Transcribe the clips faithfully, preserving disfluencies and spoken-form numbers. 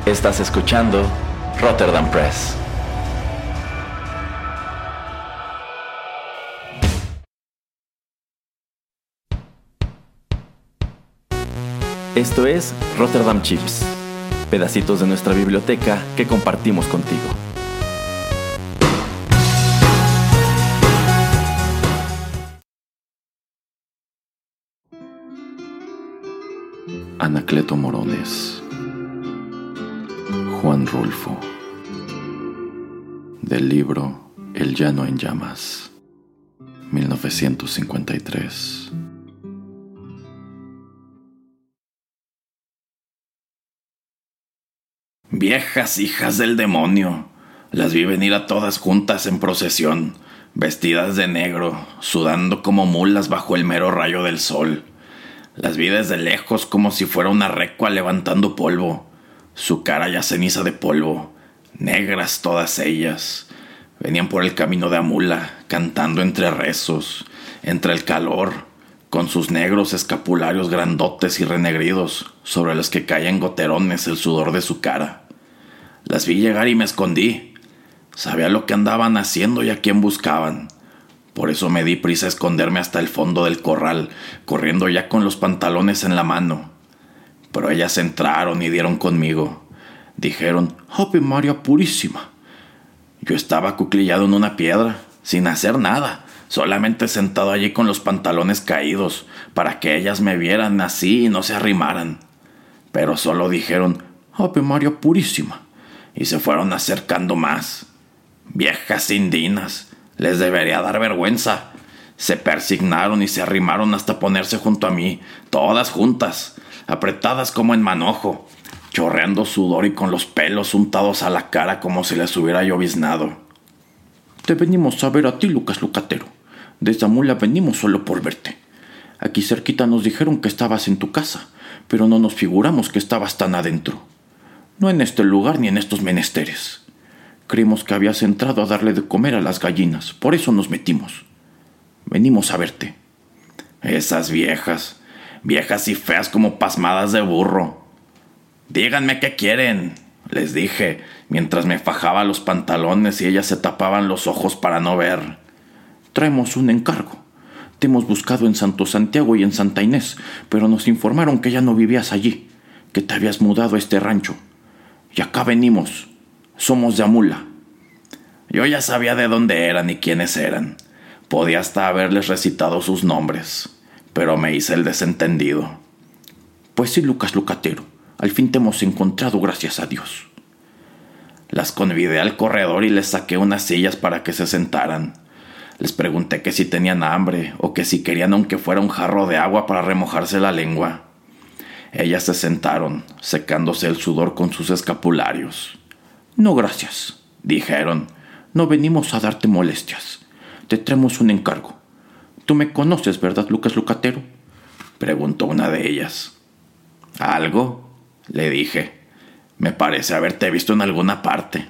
Estás escuchando Rotterdam Press. Esto es Rotterdam Chips, pedacitos de nuestra biblioteca que compartimos contigo. Anacleto Morones, Juan Rulfo, del libro El llano en llamas, mil novecientos cincuenta y tres. Viejas hijas del demonio, las vi venir a todas juntas en procesión, vestidas de negro, sudando como mulas bajo el mero rayo del sol. Las vi desde lejos como si fuera una recua levantando polvo, su cara ya ceniza de polvo, negras todas ellas. Venían por el camino de Amula, cantando entre rezos, entre el calor, con sus negros escapularios grandotes y renegridos, sobre los que caía en goterones el sudor de su cara. Las vi llegar y me escondí. Sabía lo que andaban haciendo y a quién buscaban. Por eso me di prisa a esconderme hasta el fondo del corral, corriendo ya con los pantalones en la mano. Pero ellas entraron y dieron conmigo. Dijeron, «Ave María Purísima». Yo estaba acuclillado en una piedra, sin hacer nada, solamente sentado allí con los pantalones caídos, para que ellas me vieran así y no se arrimaran. Pero solo dijeron, «Ave María Purísima», y se fueron acercando más. Viejas indinas, les debería dar vergüenza. Se persignaron y se arrimaron hasta ponerse junto a mí, todas juntas, apretadas como en manojo, chorreando sudor y con los pelos untados a la cara como si les hubiera lloviznado. «Te venimos a ver a ti, Lucas Lucatero. Desde Amula venimos solo por verte. Aquí cerquita nos dijeron que estabas en tu casa, pero no nos figuramos que estabas tan adentro. No en este lugar ni en estos menesteres. Creímos que habías entrado a darle de comer a las gallinas, por eso nos metimos. Venimos a verte». Esas viejas, viejas y feas como pasmadas de burro. «Díganme qué quieren», les dije, mientras me fajaba los pantalones y ellas se tapaban los ojos para no ver. «Traemos un encargo. Te hemos buscado en Santo Santiago y en Santa Inés, pero nos informaron que ya no vivías allí, que te habías mudado a este rancho. Y acá venimos. Somos de Amula». Yo ya sabía de dónde eran y quiénes eran. Podía hasta haberles recitado sus nombres, pero me hice el desentendido. «Pues sí, Lucas Lucatero, al fin te hemos encontrado, gracias a Dios». Las convidé al corredor y les saqué unas sillas para que se sentaran. Les pregunté que si tenían hambre o que si querían aunque fuera un jarro de agua para remojarse la lengua. Ellas se sentaron, secándose el sudor con sus escapularios. «No, gracias», dijeron. «No venimos a darte molestias. Te traemos un encargo. Tú me conoces, ¿verdad, Lucas Lucatero?», preguntó una de ellas. «¿Algo?», le dije. «Me parece haberte visto en alguna parte».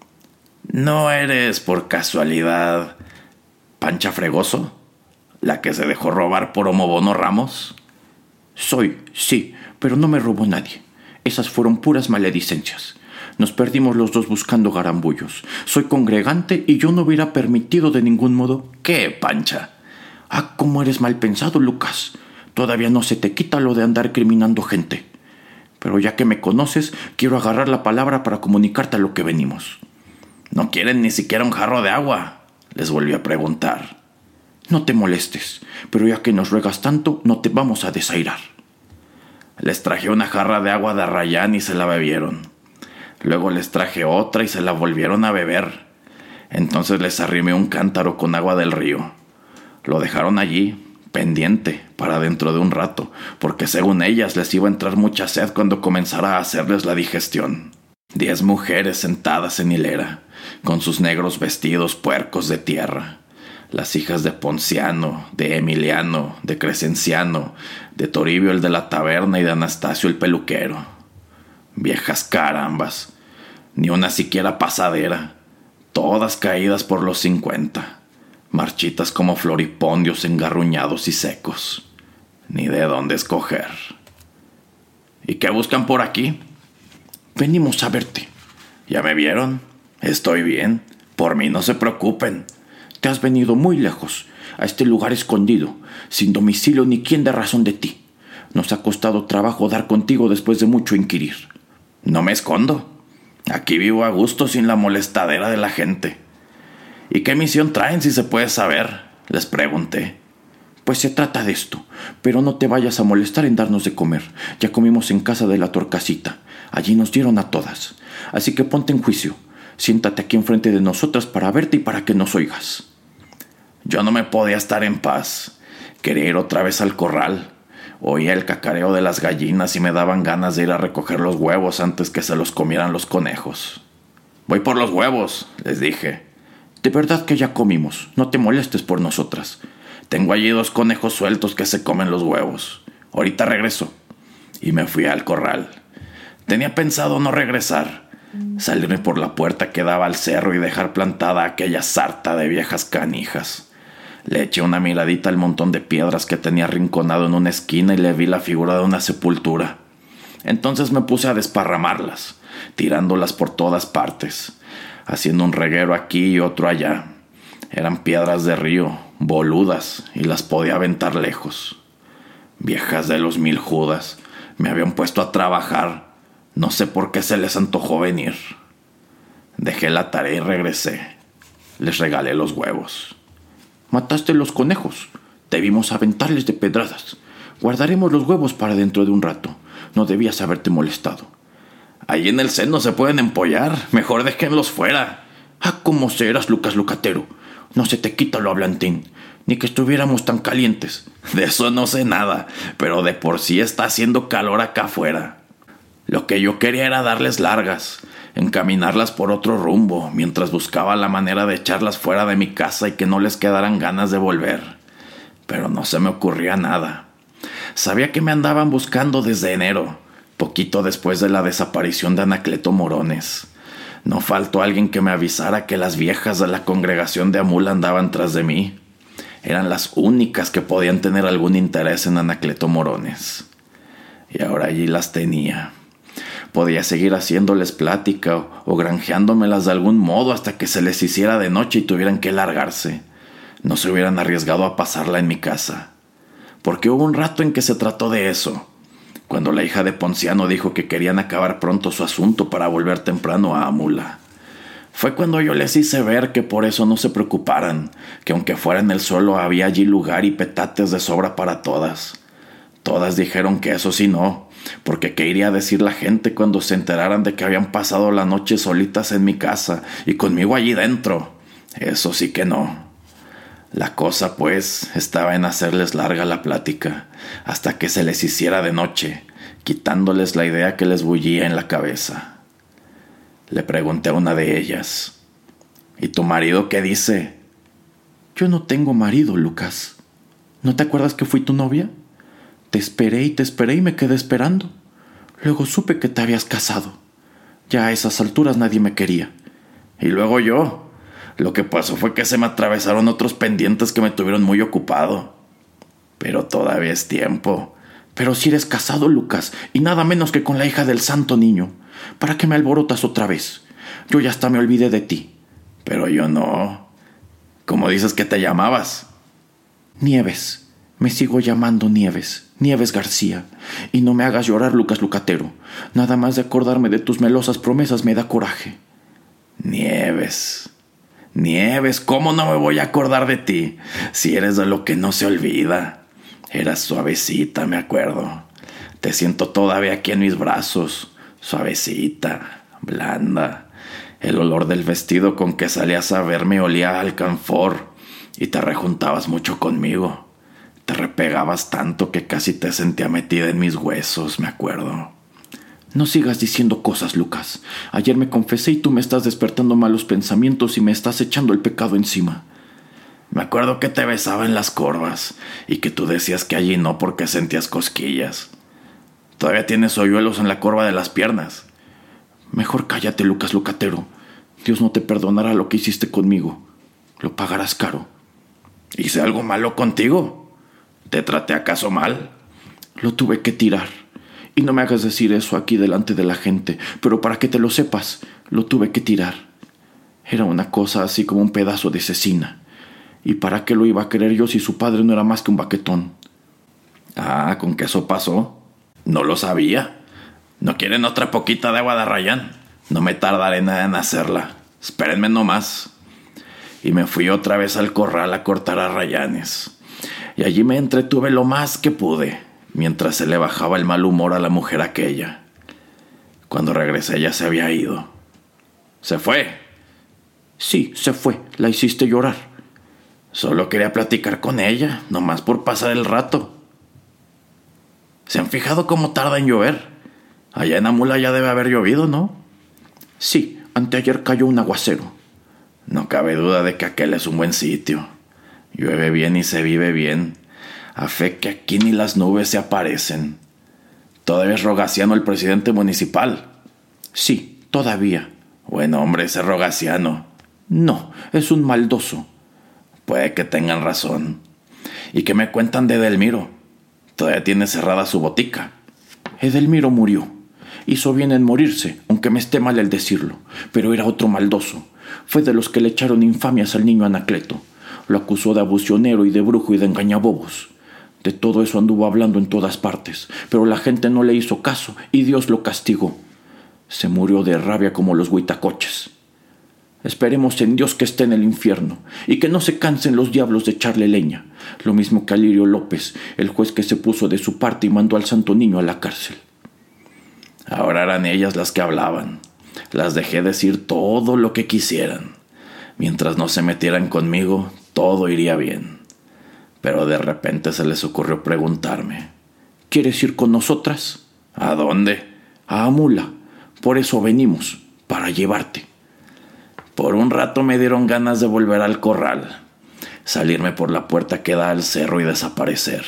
«¿No eres, por casualidad, Pancha Fregoso, la que se dejó robar por Homobono Ramos?» «Soy, sí, pero no me robó nadie. Esas fueron puras maledicencias. Nos perdimos los dos buscando garambullos. Soy congregante y yo no hubiera permitido de ningún modo». «¿Qué, Pancha?». «Ah, cómo eres mal pensado, Lucas. Todavía no se te quita lo de andar criminando gente. Pero ya que me conoces, quiero agarrar la palabra para comunicarte a lo que venimos». «¿No quieren ni siquiera un jarro de agua?», les volví a preguntar. «No te molestes, pero ya que nos ruegas tanto, no te vamos a desairar». Les traje una jarra de agua de Arrayán y se la bebieron. Luego les traje otra y se la volvieron a beber. Entonces les arrimé un cántaro con agua del río. Lo dejaron allí, pendiente, para dentro de un rato, porque según ellas les iba a entrar mucha sed cuando comenzara a hacerles la digestión. Diez mujeres sentadas en hilera, con sus negros vestidos puercos de tierra. Las hijas de Ponciano, de Emiliano, de Crescenciano, de Toribio el de la taberna y de Anastasio el peluquero. Viejas carambas, ni una siquiera pasadera, todas caídas por los cincuenta, marchitas como floripondios engarruñados y secos, ni de dónde escoger. «¿Y qué buscan por aquí?», Venimos a verte. ¿Ya me vieron? Estoy bien. Por mí no se preocupen. Te has venido muy lejos, a este lugar escondido, sin domicilio ni quien dé razón de ti. Nos ha costado trabajo dar contigo después de mucho inquirir. No me escondo. Aquí vivo a gusto sin la molestadera de la gente. ¿Y qué misión traen, si se puede saber?, les pregunté. Pues se trata de esto, pero no te vayas a molestar en darnos de comer. Ya comimos en casa de la Torcasita. Allí nos dieron a todas. Así que ponte en juicio. Siéntate aquí enfrente de nosotras para verte y para que nos oigas. Yo no me podía estar en paz. Quería ir otra vez al corral. Oía el cacareo de las gallinas y me daban ganas de ir a recoger los huevos antes que se los comieran los conejos. Voy por los huevos, les dije. De verdad que ya comimos. No te molestes por nosotras. Tengo allí dos conejos sueltos que se comen los huevos. Ahorita regreso. Y me fui al corral. Tenía pensado no regresar, salirme por la puerta que daba al cerro y dejar plantada aquella sarta de viejas canijas. Le eché una miradita al montón de piedras que tenía arrinconado en una esquina y le vi la figura de una sepultura. Entonces me puse a desparramarlas, tirándolas por todas partes, haciendo un reguero aquí y otro allá. Eran piedras de río, boludas, y las podía aventar lejos. Viejas de los mil Judas, me habían puesto a trabajar. No sé por qué se les antojó venir. Dejé la tarea y regresé. Les regalé los huevos. Mataste los conejos. Debimos aventarles de pedradas. Guardaremos los huevos para dentro de un rato. No debías haberte molestado. Ahí en el seno se pueden empollar. Mejor déjenlos fuera. Ah, cómo serás, Lucas Lucatero. No se te quita lo hablantín. Ni que estuviéramos tan calientes. De eso no sé nada, pero de por sí está haciendo calor acá afuera. Lo que yo quería era darles largas, encaminarlas por otro rumbo, mientras buscaba la manera de echarlas fuera de mi casa y que no les quedaran ganas de volver. Pero no se me ocurría nada. Sabía que me andaban buscando desde enero, poquito después de la desaparición de Anacleto Morones. No faltó alguien que me avisara que las viejas de la congregación de Amul andaban tras de mí. Eran las únicas que podían tener algún interés en Anacleto Morones. Y ahora allí las tenía. Podía seguir haciéndoles plática o, o granjeándomelas de algún modo hasta que se les hiciera de noche y tuvieran que largarse. No se hubieran arriesgado a pasarla en mi casa. Porque hubo un rato en que se trató de eso, cuando la hija de Ponciano dijo que querían acabar pronto su asunto para volver temprano a Amula. Fue cuando yo les hice ver que por eso no se preocuparan, que aunque fuera en el suelo había allí lugar y petates de sobra para todas. Todas dijeron que eso sí no, porque qué iría a decir la gente cuando se enteraran de que habían pasado la noche solitas en mi casa y conmigo allí dentro. Eso sí que no. La cosa, pues, estaba en hacerles larga la plática, hasta que se les hiciera de noche, quitándoles la idea que les bullía en la cabeza. Le pregunté a una de ellas: ¿y tu marido qué dice? Yo no tengo marido, Lucas. ¿No te acuerdas que fui tu novia? Te esperé y te esperé y me quedé esperando. Luego supe que te habías casado. Ya a esas alturas nadie me quería. Y luego yo. Lo que pasó fue que se me atravesaron otros pendientes que me tuvieron muy ocupado. Pero todavía es tiempo. Pero si eres casado, Lucas, y nada menos que con la hija del santo niño. ¿Para qué me alborotas otra vez? Yo ya hasta me olvidé de ti. Pero yo no. ¿Cómo dices que te llamabas? Nieves. Me sigo llamando Nieves. Nieves García. Y no me hagas llorar, Lucas Lucatero. Nada más de acordarme de tus melosas promesas me da coraje. Nieves. Nieves, ¿cómo no me voy a acordar de ti? Si eres de lo que no se olvida. Eras suavecita, me acuerdo. Te siento todavía aquí en mis brazos. Suavecita, blanda. El olor del vestido con que salías a verme olía a alcanfor. Y te rejuntabas mucho conmigo. Te repegabas tanto que casi te sentía metida en mis huesos, me acuerdo. No sigas diciendo cosas, Lucas. Ayer me confesé y tú me estás despertando malos pensamientos y me estás echando el pecado encima. Me acuerdo que te besaba en las corvas y que tú decías que allí no porque sentías cosquillas. Todavía tienes hoyuelos en la corva de las piernas. Mejor cállate, Lucas Lucatero. Dios no te perdonará lo que hiciste conmigo. Lo pagarás caro. ¿Hice algo malo contigo? ¿Te traté acaso mal? Lo tuve que tirar. Y no me hagas decir eso aquí delante de la gente, pero para que te lo sepas, lo tuve que tirar. Era una cosa así como un pedazo de cecina. ¿Y para qué lo iba a querer yo si su padre no era más que un baquetón? Ah, ¿con qué eso pasó? No lo sabía. ¿No quieren otra poquita de agua de Arrayán? No me tardaré nada en hacerla. Espérenme nomás. Y me fui otra vez al corral a cortar arrayanes. Y allí me entretuve lo más que pude, mientras se le bajaba el mal humor a la mujer aquella. Cuando regresé ya se había ido. ¿Se fue? Sí, se fue. La hiciste llorar. Solo quería platicar con ella, nomás por pasar el rato. ¿Se han fijado cómo tarda en llover? Allá en Amula ya debe haber llovido, ¿no? Sí, anteayer cayó un aguacero. No cabe duda de que aquel es un buen sitio. Llueve bien y se vive bien. A fe que aquí ni las nubes se aparecen. ¿Todavía es Rogaciano el presidente municipal? Sí, todavía. Buen hombre ese Rogaciano. No, es un maldoso. Puede que tengan razón. ¿Y qué me cuentan de Edelmiro? Todavía tiene cerrada su botica. Edelmiro murió. Hizo bien en morirse, aunque me esté mal el decirlo. Pero era otro maldoso. Fue de los que le echaron infamias al niño Anacleto. Lo acusó de abusionero y de brujo y de engañabobos. De todo eso anduvo hablando en todas partes, pero la gente no le hizo caso y Dios lo castigó. Se murió de rabia como los huitacoches. Esperemos en Dios que esté en el infierno y que no se cansen los diablos de echarle leña, lo mismo que a Lirio López, el juez que se puso de su parte y mandó al santo niño a la cárcel. Ahora eran ellas las que hablaban. Las dejé decir todo lo que quisieran. Mientras no se metieran conmigo, todo iría bien. Pero de repente se les ocurrió preguntarme: ¿quieres ir con nosotras? ¿A dónde? A Amula. Por eso venimos, para llevarte. Por un rato me dieron ganas de volver al corral, salirme por la puerta que da al cerro y desaparecer.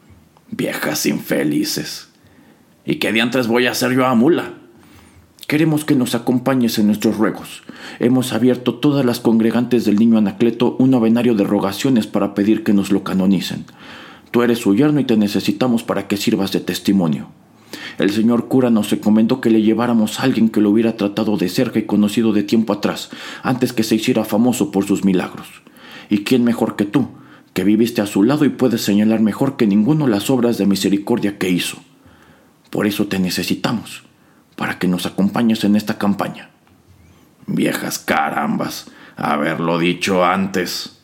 Viejas infelices. ¿Y qué diantres voy a hacer yo a Amula? Queremos que nos acompañes en nuestros ruegos. Hemos abierto todas las congregantes del niño Anacleto un novenario de rogaciones para pedir que nos lo canonicen. Tú eres su yerno y te necesitamos para que sirvas de testimonio. El señor cura nos recomendó que le lleváramos a alguien que lo hubiera tratado de cerca y conocido de tiempo atrás, antes que se hiciera famoso por sus milagros. ¿Y quién mejor que tú, que viviste a su lado y puedes señalar mejor que ninguno las obras de misericordia que hizo? Por eso te necesitamos, para que nos acompañes en esta campaña. Viejas carambas, haberlo dicho antes.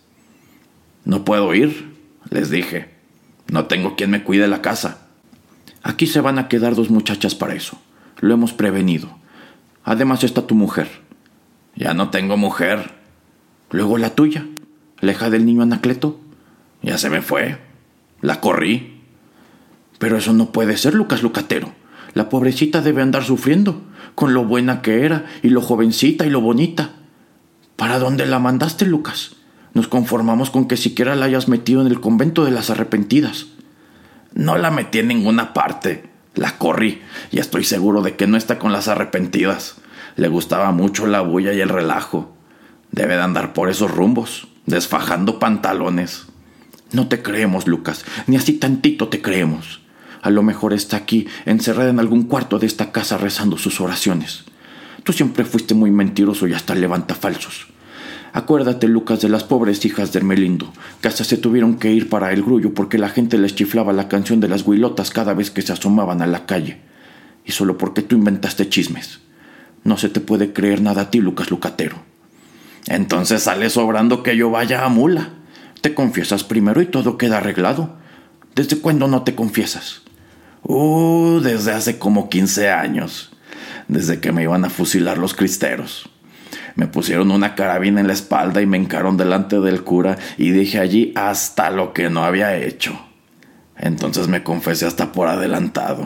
No puedo ir, les dije. No tengo quien me cuide la casa. Aquí se van a quedar dos muchachas para eso. Lo hemos prevenido. Además está tu mujer. Ya no tengo mujer. Luego la tuya, la hija del niño Anacleto. Ya se me fue. La corrí. Pero eso no puede ser, Lucas Lucatero. La pobrecita debe andar sufriendo, con lo buena que era, y lo jovencita y lo bonita. ¿Para dónde la mandaste, Lucas? Nos conformamos con que siquiera la hayas metido en el convento de las arrepentidas. No la metí en ninguna parte. La corrí, y estoy seguro de que no está con las arrepentidas. Le gustaba mucho la bulla y el relajo. Debe de andar por esos rumbos, desfajando pantalones. No te creemos, Lucas, ni así tantito te creemos. A lo mejor está aquí, encerrada en algún cuarto de esta casa rezando sus oraciones. Tú siempre fuiste muy mentiroso y hasta levantafalsos. Acuérdate, Lucas, de las pobres hijas de Hermelindo, que hasta se tuvieron que ir para el grullo porque la gente les chiflaba la canción de las huilotas cada vez que se asomaban a la calle. Y solo porque tú inventaste chismes. No se te puede creer nada a ti, Lucas Lucatero. Entonces sale sobrando que yo vaya a Amula. Te confiesas primero y todo queda arreglado. ¿Desde cuándo no te confiesas? Uh, desde hace como quince años. Desde que me iban a fusilar los cristeros. Me pusieron una carabina en la espalda y me encaron delante del cura y dije allí hasta lo que no había hecho. Entonces me confesé hasta por adelantado.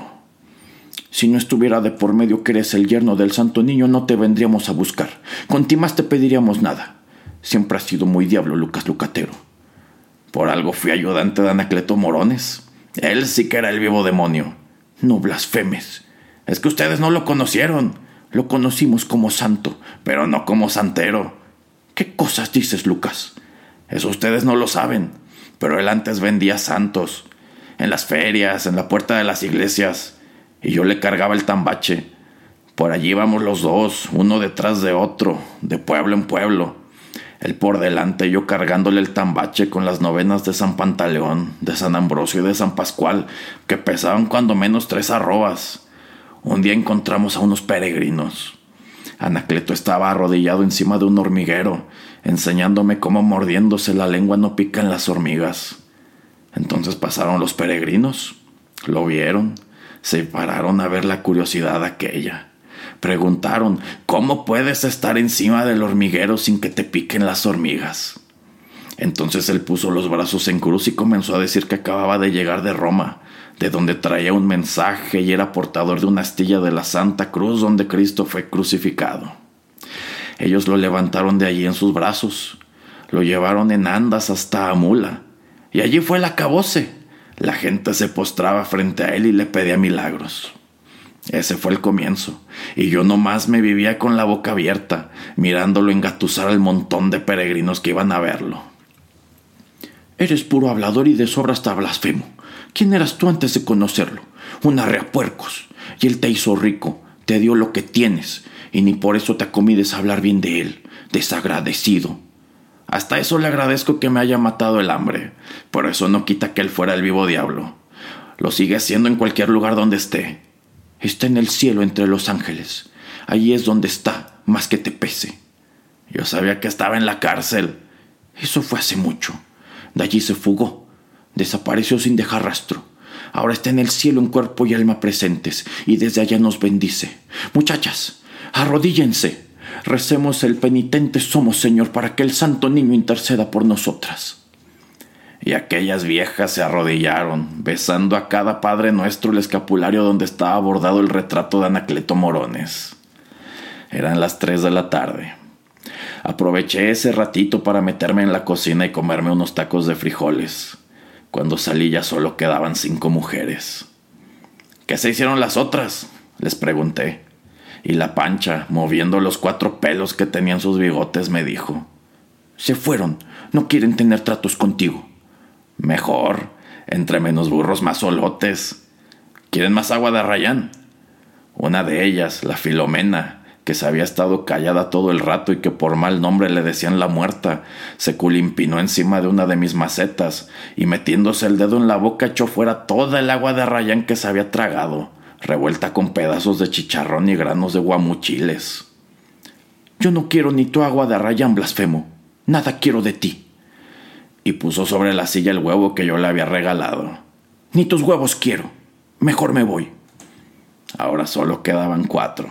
Si no estuviera de por medio que eres el yerno del santo niño, no te vendríamos a buscar. Con ti más te pediríamos nada. Siempre has sido muy diablo, Lucas Lucatero. Por algo fui ayudante de Anacleto Morones. Él sí que era el vivo demonio. No blasfemes. Es que ustedes no lo conocieron. Lo conocimos como santo, pero no como santero. ¿Qué cosas dices, Lucas? Eso ustedes no lo saben, pero él antes vendía santos. En las ferias, en la puerta de las iglesias. y yo le cargaba el tambache. Por allí íbamos los dos, uno detrás de otro, de pueblo en pueblo. Él por delante, yo cargándole el tambache con las novenas de San Pantaleón, de San Ambrosio y de San Pascual, que pesaban cuando menos tres arrobas. Un día encontramos a unos peregrinos. Anacleto estaba arrodillado encima de un hormiguero, enseñándome cómo mordiéndose la lengua no pican las hormigas. Entonces pasaron los peregrinos, lo vieron, se pararon a ver la curiosidad aquella. Preguntaron, ¿cómo puedes estar encima del hormiguero sin que te piquen las hormigas? Entonces él puso los brazos en cruz y comenzó a decir que acababa de llegar de Roma, de donde traía un mensaje y era portador de una astilla de la Santa Cruz donde Cristo fue crucificado. Ellos lo levantaron de allí en sus brazos, lo llevaron en andas hasta Amula, y allí fue el acabose. La gente se postraba frente a él y le pedía milagros. Ese fue el comienzo, y yo nomás me vivía con la boca abierta, mirándolo engatusar al montón de peregrinos que iban a verlo. Eres puro hablador y de sobra hasta blasfemo. ¿Quién eras tú antes de conocerlo? Un arreapuercos. Y él te hizo rico, te dio lo que tienes, y ni por eso te acomides a hablar bien de él, desagradecido. Hasta eso le agradezco que me haya matado el hambre, pero eso no quita que él fuera el vivo diablo. Lo sigue siendo en cualquier lugar donde esté. Está en el cielo entre los ángeles. Allí es donde está, más que te pese. Yo sabía que estaba en la cárcel. Eso fue hace mucho. De allí se fugó. Desapareció sin dejar rastro. Ahora está en el cielo en cuerpo y alma presentes, y desde allá nos bendice. Muchachas, arrodíllense. Recemos el penitente somos, Señor, para que el santo niño interceda por nosotras. Y aquellas viejas se arrodillaron, besando a cada Padre Nuestro el escapulario donde estaba bordado el retrato de Anacleto Morones. Eran las tres de la tarde. Aproveché ese ratito para meterme en la cocina y comerme unos tacos de frijoles. Cuando salí ya solo quedaban cinco mujeres. ¿Qué se hicieron las otras?, les pregunté. Y la Pancha, moviendo los cuatro pelos que tenían sus bigotes, me dijo: se fueron, no quieren tener tratos contigo. Mejor, entre menos burros más solotes. ¿Quieren más agua de Arrayán? Una de ellas, la Filomena, que se había estado callada todo el rato y que por mal nombre le decían la muerta, se culimpinó encima de una de mis macetas y metiéndose el dedo en la boca echó fuera toda el agua de Arrayán que se había tragado, revuelta con pedazos de chicharrón y granos de guamuchiles. Yo no quiero ni tu agua de Arrayán, blasfemo. Nada quiero de ti. Y puso sobre la silla el huevo que yo le había regalado. Ni tus huevos quiero. Mejor me voy. Ahora solo quedaban cuatro.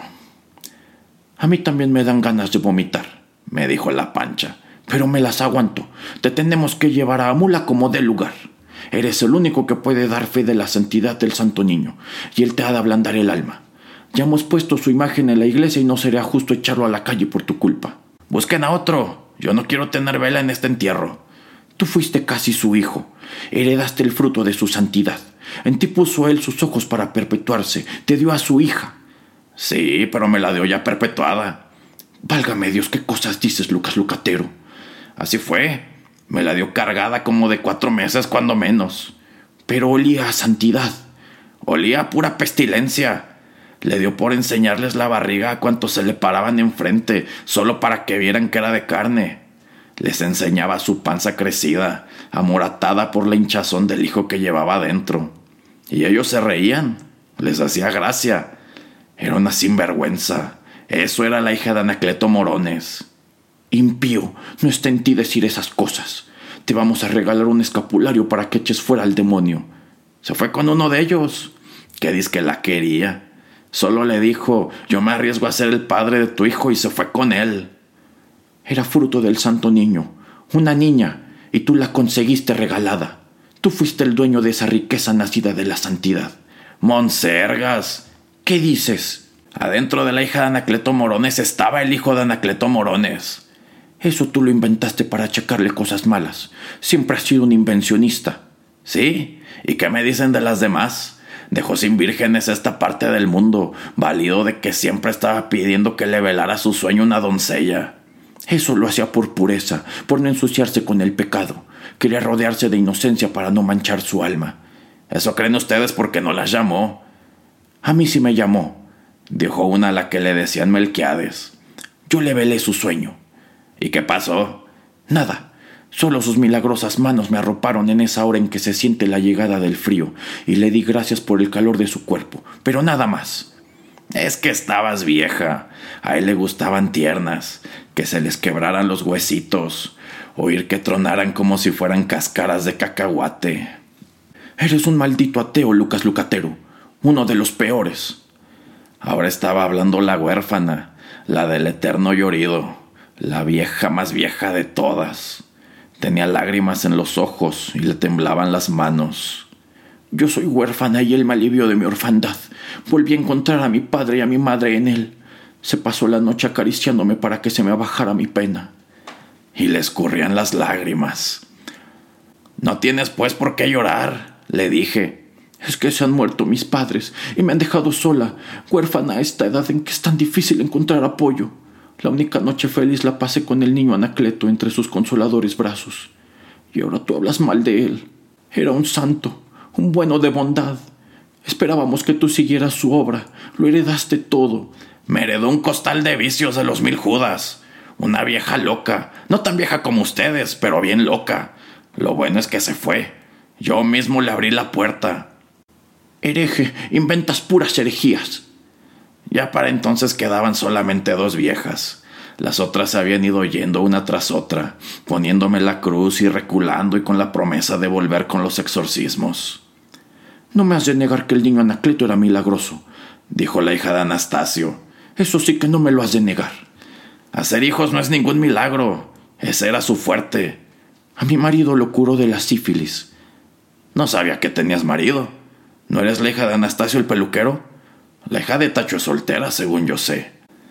A mí también me dan ganas de vomitar, me dijo la Pancha, pero me las aguanto. Te tenemos que llevar a Amula como dé lugar. Eres el único que puede dar fe de la santidad del Santo Niño, y él te ha de ablandar el alma. Ya hemos puesto su imagen en la iglesia y no sería justo echarlo a la calle por tu culpa. Busquen a otro. Yo no quiero tener vela en este entierro. Tú fuiste casi su hijo. Heredaste el fruto de su santidad. En ti puso él sus ojos para perpetuarse. Te dio a su hija. Sí, pero me la dio ya perpetuada. Válgame Dios, ¿qué cosas dices, Lucas Lucatero? Así fue. Me la dio cargada como de cuatro meses, cuando menos. Pero olía a santidad. Olía a pura pestilencia. Le dio por enseñarles la barriga a cuantos se le paraban enfrente, solo para que vieran que era de carne. Les enseñaba su panza crecida, amoratada por la hinchazón del hijo que llevaba dentro. Y ellos se reían. Les hacía gracia. Era una sinvergüenza. Eso era la hija de Anacleto Morones. Impío, no está en ti decir esas cosas. Te vamos a regalar un escapulario para que eches fuera al demonio. Se fue con uno de ellos, que dice que la quería. Solo le dijo: yo me arriesgo a ser el padre de tu hijo, y se fue con él. Era fruto del Santo Niño, una niña, y tú la conseguiste regalada. Tú fuiste el dueño de esa riqueza nacida de la santidad. Monsergas, ¿qué dices? Adentro de la hija de Anacleto Morones estaba el hijo de Anacleto Morones. Eso tú lo inventaste para achacarle cosas malas. Siempre has sido un invencionista. ¿Sí? ¿Y qué me dicen de las demás? Dejó sin vírgenes esta parte del mundo, valido de que siempre estaba pidiendo que le velara su sueño una doncella. Eso lo hacía por pureza, por no ensuciarse con el pecado. Quería rodearse de inocencia para no manchar su alma. Eso creen ustedes porque no las llamó. A mí sí me llamó, dijo una a la que le decían Melquiades. Yo le velé su sueño. ¿Y qué pasó? Nada. Solo sus milagrosas manos me arroparon en esa hora en que se siente la llegada del frío, y le di gracias por el calor de su cuerpo, pero nada más. Es que estabas vieja. A él le gustaban tiernas, que se les quebraran los huesitos, oír que tronaran como si fueran cáscaras de cacahuate. Eres un maldito ateo, Lucas Lucatero, uno de los peores. Ahora estaba hablando la huérfana, la del eterno llorido, la vieja más vieja de todas. Tenía lágrimas en los ojos y le temblaban las manos. Yo soy huérfana y él me alivió de mi orfandad. Volví a encontrar a mi padre y a mi madre en él. Se pasó la noche acariciándome para que se me bajara mi pena. Y le escurrían las lágrimas. No tienes pues por qué llorar, le dije. Es que se han muerto mis padres y me han dejado sola, huérfana a esta edad en que es tan difícil encontrar apoyo. La única noche feliz la pasé con el niño Anacleto entre sus consoladores brazos. Y ahora tú hablas mal de él. Era un santo, un bueno de bondad. Esperábamos que tú siguieras su obra. Lo heredaste todo. Me heredó un costal de vicios de los mil Judas. Una vieja loca. No tan vieja como ustedes, pero bien loca. Lo bueno es que se fue. Yo mismo le abrí la puerta. Hereje, inventas puras herejías. Ya para entonces quedaban solamente dos viejas. Las otras se habían ido yendo una tras otra, poniéndome la cruz y reculando y con la promesa de volver con los exorcismos. No me has de negar que el niño Anacleto era milagroso, dijo la hija de Anastasio. Eso sí que no me lo has de negar. Hacer hijos no es ningún milagro. Ese era su fuerte. A mi marido lo curó de la sífilis. No sabía que tenías marido. ¿No eres la hija de Anastasio el peluquero? La hija de Tacho es soltera, según yo sé.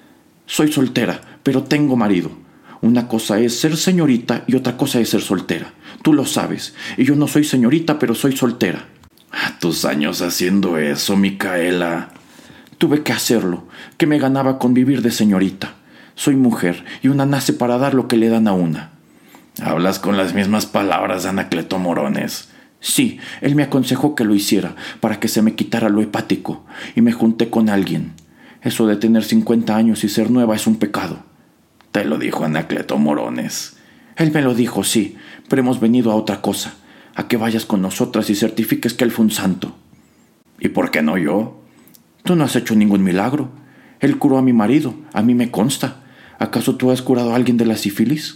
Soy soltera, pero tengo marido. Una cosa es ser señorita y otra cosa es ser soltera. Tú lo sabes. Y yo no soy señorita, pero soy soltera. Ah, tus años haciendo eso, Micaela. Tuve que hacerlo, que me ganaba con vivir de señorita. Soy mujer y una nace para dar lo que le dan a una. Hablas con las mismas palabras de Anacleto Morones. Sí, él me aconsejó que lo hiciera para que se me quitara lo hepático y me junté con alguien. Eso de tener cincuenta años y ser nueva es un pecado. Te lo dijo Anacleto Morones. Él me lo dijo, sí, pero hemos venido a otra cosa, a que vayas con nosotras y certifiques que él fue un santo. ¿Y por qué no yo? Tú no has hecho ningún milagro. Él curó a mi marido, a mí me consta. ¿Acaso tú has curado a alguien de la sífilis?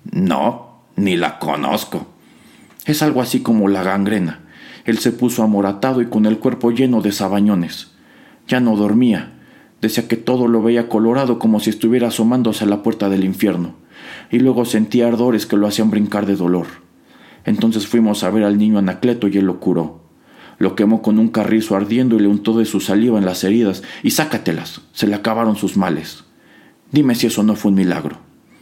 No, ni la conozco. Es algo así como la gangrena. Él se puso amoratado y con el cuerpo lleno de sabañones. Ya no dormía. Decía que todo lo veía colorado como si estuviera asomándose a la puerta del infierno. Y luego sentía ardores que lo hacían brincar de dolor. Entonces fuimos a ver al niño Anacleto y él lo curó. Lo quemó con un carrizo ardiendo y le untó de su saliva en las heridas y sácatelas, se le acabaron sus males. Dime si eso no fue un milagro.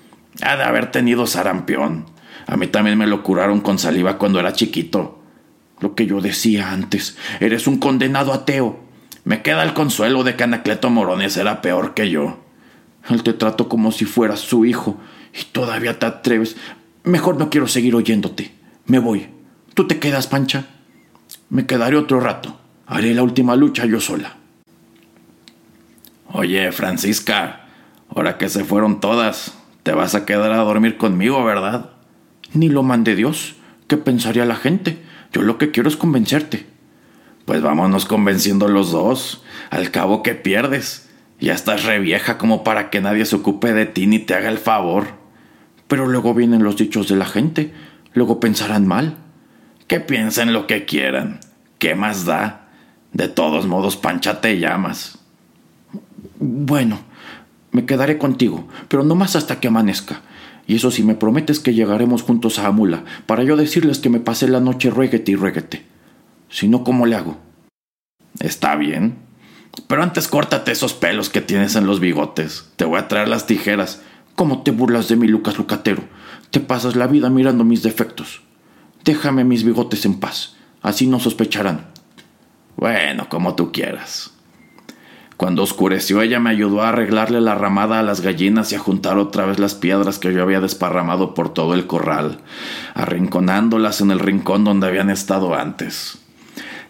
Ha de haber tenido sarampión. A mí también me lo curaron con saliva cuando era chiquito. Lo que yo decía antes, eres un condenado ateo. Me queda el consuelo de que Anacleto Morones era peor que yo. Él te trató como si fueras su hijo y todavía te atreves. Mejor no quiero seguir oyéndote. Me voy. ¿Tú te quedas, Pancha? Me quedaré otro rato. Haré la última lucha yo sola. Oye, Francisca, ahora que se fueron todas, te vas a quedar a dormir conmigo, ¿verdad? Ni lo mande Dios. ¿Qué pensaría la gente? Yo lo que quiero es convencerte. Pues vámonos convenciendo los dos. Al cabo, ¿qué pierdes? Ya estás re vieja como para que nadie se ocupe de ti ni te haga el favor. Pero luego vienen los dichos de la gente. Luego pensarán mal. Que piensen lo que quieran. ¿Qué más da? De todos modos, Pancha te llamas. Bueno, me quedaré contigo, pero no más hasta que amanezca. Y eso si me prometes que llegaremos juntos a Amula, para yo decirles que me pasé la noche ruéguete y ruéguete. Si no, ¿cómo le hago? Está bien. Pero antes córtate esos pelos que tienes en los bigotes. Te voy a traer las tijeras. ¿Cómo te burlas de mí, Lucas Lucatero? Te pasas la vida mirando mis defectos. Déjame mis bigotes en paz. Así no sospecharán. Bueno, como tú quieras. Cuando oscureció, ella me ayudó a arreglarle la ramada a las gallinas y a juntar otra vez las piedras que yo había desparramado por todo el corral, arrinconándolas en el rincón donde habían estado antes.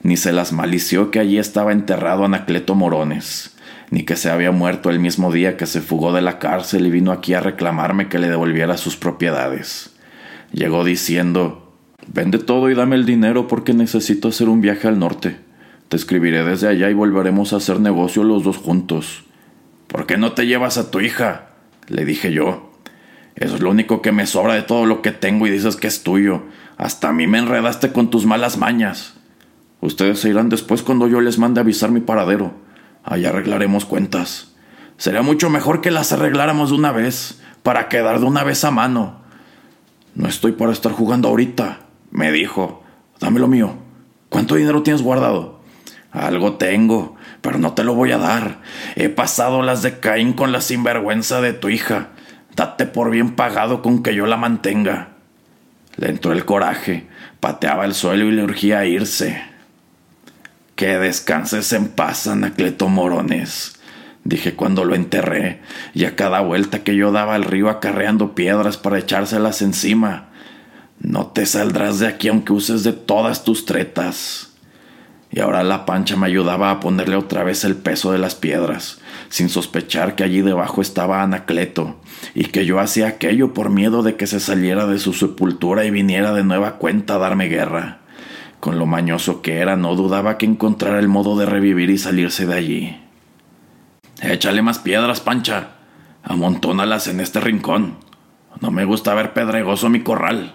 ni se las malició que allí estaba enterrado Anacleto Morones, ni que se había muerto el mismo día que se fugó de la cárcel y vino aquí a reclamarme que le devolviera sus propiedades. Llegó diciendo: «Vende todo y dame el dinero porque necesito hacer un viaje al norte. Te escribiré desde allá y volveremos a hacer negocio los dos juntos». «¿Por qué no te llevas a tu hija?», le dije yo. «Eso es lo único que me sobra de todo lo que tengo y dices que es tuyo. Hasta a mí me enredaste con tus malas mañas». «Ustedes se irán después cuando yo les mande avisar mi paradero. Allá arreglaremos cuentas. Sería mucho mejor que las arregláramos de una vez, para quedar de una vez a mano». «No estoy para estar jugando ahorita», me dijo. «Dame lo mío. ¿Cuánto dinero tienes guardado?» «Algo tengo, pero no te lo voy a dar. He pasado las de Caín con la sinvergüenza de tu hija. Date por bien pagado con que yo la mantenga». Le entró el coraje, pateaba el suelo y le urgía a irse. «Que descanses en paz, Anacleto Morones», dije cuando lo enterré, y a cada vuelta que yo daba al río acarreando piedras para echárselas encima. «No te saldrás de aquí aunque uses de todas tus tretas». Y ahora la Pancha me ayudaba a ponerle otra vez el peso de las piedras, sin sospechar que allí debajo estaba Anacleto, y que yo hacía aquello por miedo de que se saliera de su sepultura y viniera de nueva cuenta a darme guerra. Con lo mañoso que era, no dudaba que encontrara el modo de revivir y salirse de allí. «Échale más piedras, Pancha. Amontónalas en este rincón. No me gusta ver pedregoso mi corral».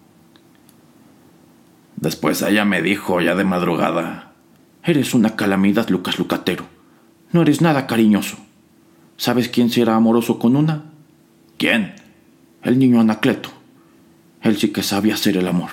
Después ella me dijo, ya de madrugada: «Eres una calamidad, Lucas Lucatero. No eres nada cariñoso. ¿Sabes quién sí era amoroso con una?» «¿Quién?» «El niño Anacleto. Él sí que sabía hacer el amor».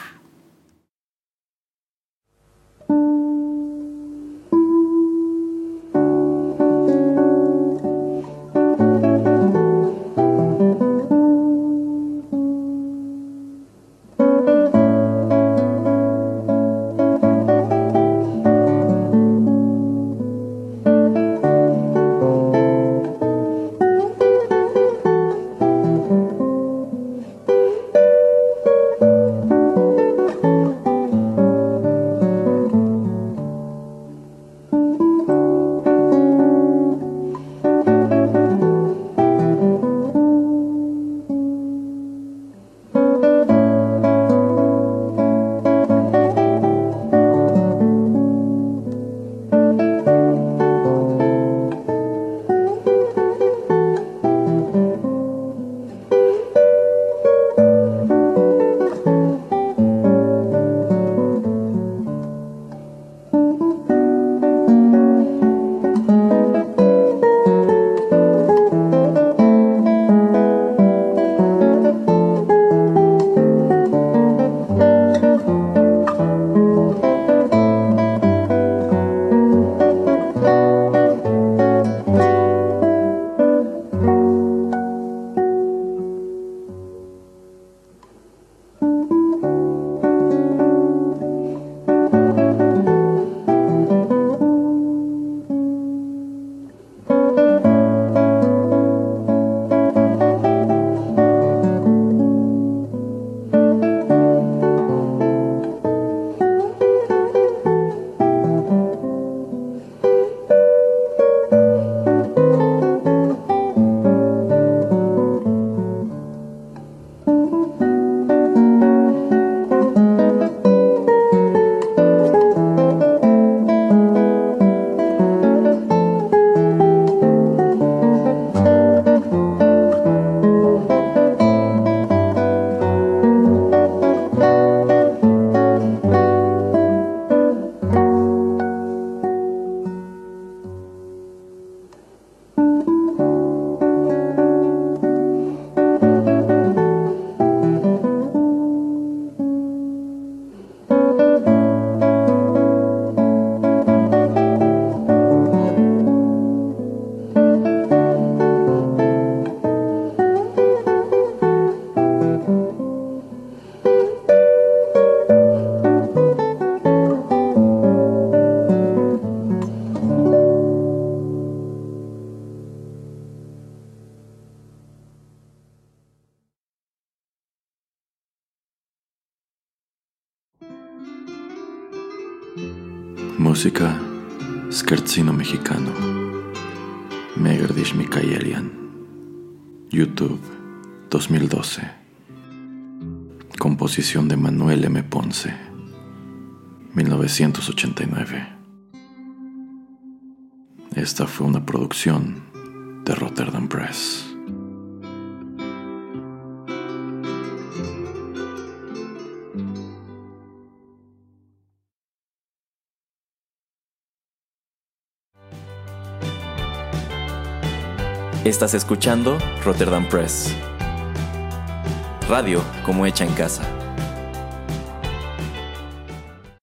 Música, Scherzino Mexicano, Megardish Mikaelian. YouTube, dos mil doce. Composición de Manuel M. Ponce, mil novecientos ochenta y nueve. Esta fue una producción de Rotterdam Press. Estás escuchando Rotterdam Press. Radio como hecha en casa.